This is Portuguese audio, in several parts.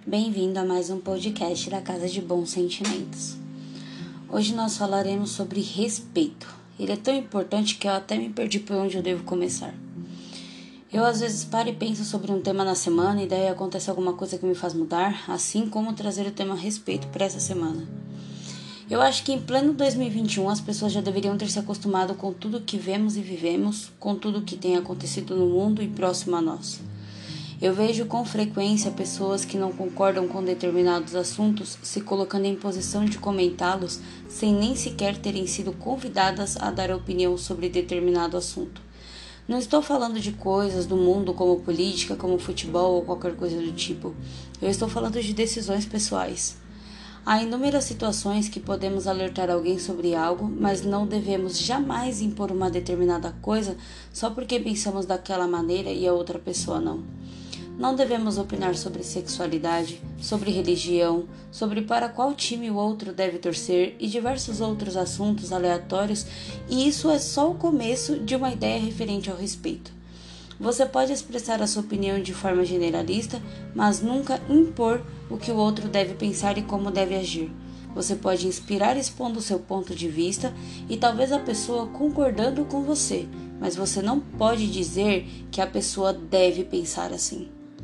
Bem-vindo a mais um podcast da Casa de Bons Sentimentos. Hoje nós falaremos sobre respeito. Ele é tão importante que eu até me perdi por onde eu devo começar. Eu às vezes paro e penso sobre um tema na semana e daí acontece alguma coisa que me faz mudar, assim como trazer o tema respeito para essa semana. Eu acho que em pleno 2021 as pessoas já deveriam ter se acostumado com tudo que vemos e vivemos, com tudo que tem acontecido no mundo e próximo a nós. Eu vejo com frequência pessoas que não concordam com determinados assuntos se colocando em posição de comentá-los sem nem sequer terem sido convidadas a dar opinião sobre determinado assunto. Não estou falando de coisas do mundo como política, como futebol ou qualquer coisa do tipo. Eu estou falando de decisões pessoais. Há inúmeras situações que podemos alertar alguém sobre algo, mas não devemos jamais impor uma determinada coisa só porque pensamos daquela maneira e a outra pessoa não. Não devemos opinar sobre sexualidade, sobre religião, sobre para qual time o outro deve torcer e diversos outros assuntos aleatórios, e isso é só o começo de uma ideia referente ao respeito. Você pode expressar a sua opinião de forma generalista, mas nunca impor o que o outro deve pensar e como deve agir. Você pode inspirar expondo o seu ponto de vista e talvez a pessoa concordando com você, mas você não pode dizer que a pessoa deve pensar assim.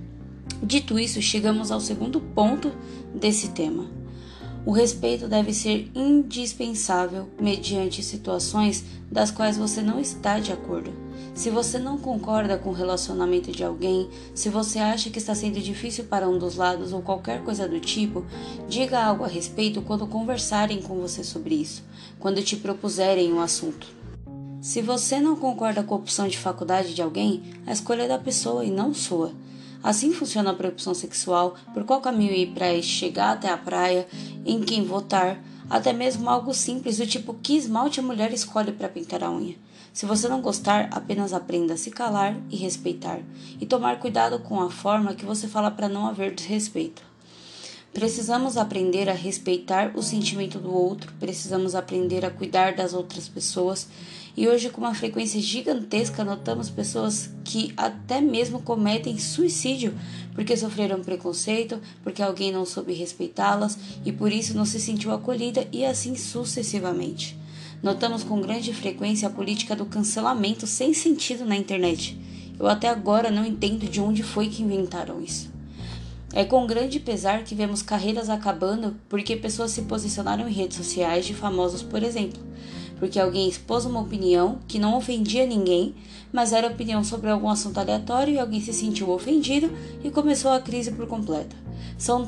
Dito isso, chegamos ao segundo ponto desse tema. O respeito deve ser indispensável mediante situações das quais você não está de acordo. Se você não concorda com o relacionamento de alguém, se você acha que está sendo difícil para um dos lados ou qualquer coisa do tipo, diga algo a respeito quando conversarem com você sobre isso, quando te propuserem um assunto. Se você não concorda com a opção de faculdade de alguém, a escolha é da pessoa e não sua. Assim funciona a opção sexual, por qual caminho ir para chegar até a praia, em quem votar, até mesmo algo simples do tipo que esmalte a mulher escolhe para pintar a unha. Se você não gostar, apenas aprenda a se calar e respeitar, e tomar cuidado com a forma que você fala para não haver desrespeito. Precisamos aprender a respeitar o sentimento do outro, precisamos aprender a cuidar das outras pessoas, e hoje com uma frequência gigantesca notamos pessoas que até mesmo cometem suicídio porque sofreram preconceito, porque alguém não soube respeitá-las e por isso não se sentiu acolhida e assim sucessivamente. Notamos com grande frequência a política do cancelamento sem sentido na internet. Eu até agora não entendo de onde foi que inventaram isso. É com grande pesar que vemos carreiras acabando porque pessoas se posicionaram em redes sociais de famosos, por exemplo. Porque alguém expôs uma opinião que não ofendia ninguém, mas era opinião sobre algum assunto aleatório e alguém se sentiu ofendido e começou a crise por completo. São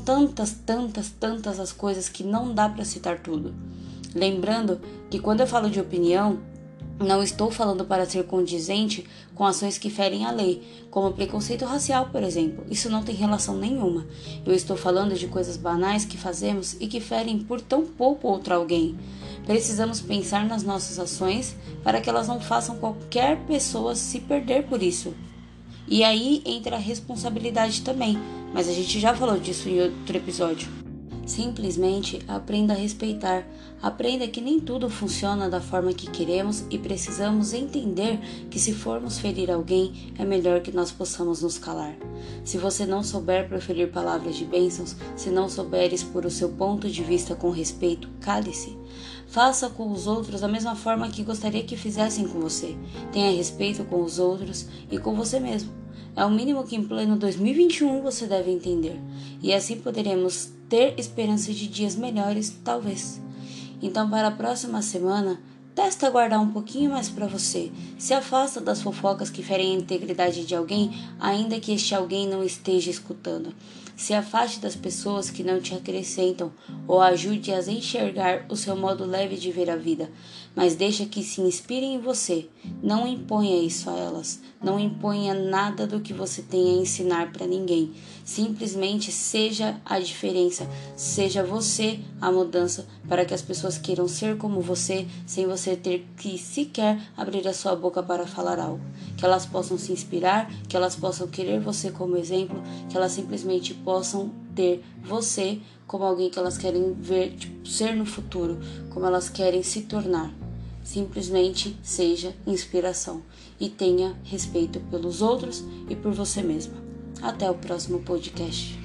tantas as coisas que não dá para citar tudo. Lembrando que quando eu falo de opinião, não estou falando para ser condizente com ações que ferem a lei, como preconceito racial, por exemplo. Isso não tem relação nenhuma. Eu estou falando de coisas banais que fazemos e que ferem por tão pouco outro alguém. Precisamos pensar nas nossas ações para que elas não façam qualquer pessoa se perder por isso. E aí entra a responsabilidade também, mas a gente já falou disso em outro episódio. Simplesmente aprenda a respeitar, aprenda que nem tudo funciona da forma que queremos e precisamos entender que se formos ferir alguém, é melhor que nós possamos nos calar. Se você não souber proferir palavras de bênçãos, se não souber expor o seu ponto de vista com respeito, cale-se. Faça com os outros da mesma forma que gostaria que fizessem com você. Tenha respeito com os outros e com você mesmo. É o mínimo que em pleno 2021 você deve entender. E assim poderemos ter esperança de dias melhores, talvez. Então, para a próxima semana, testa guardar um pouquinho mais para você. Se afasta das fofocas que ferem a integridade de alguém, ainda que este alguém não esteja escutando. Se afaste das pessoas que não te acrescentam ou ajude-as a enxergar o seu modo leve de ver a vida, mas deixa que se inspirem em você. Não imponha isso a elas. Não imponha nada do que você tem a ensinar para ninguém. Simplesmente seja a diferença. Seja você a mudança para que as pessoas queiram ser como você, sem você ter que sequer abrir a sua boca para falar algo. Que elas possam se inspirar, que elas possam querer você como exemplo, que elas simplesmente possam ter você como alguém que elas querem ver, ser no futuro, como elas querem se tornar. Simplesmente seja inspiração e tenha respeito pelos outros e por você mesma. Até o próximo podcast.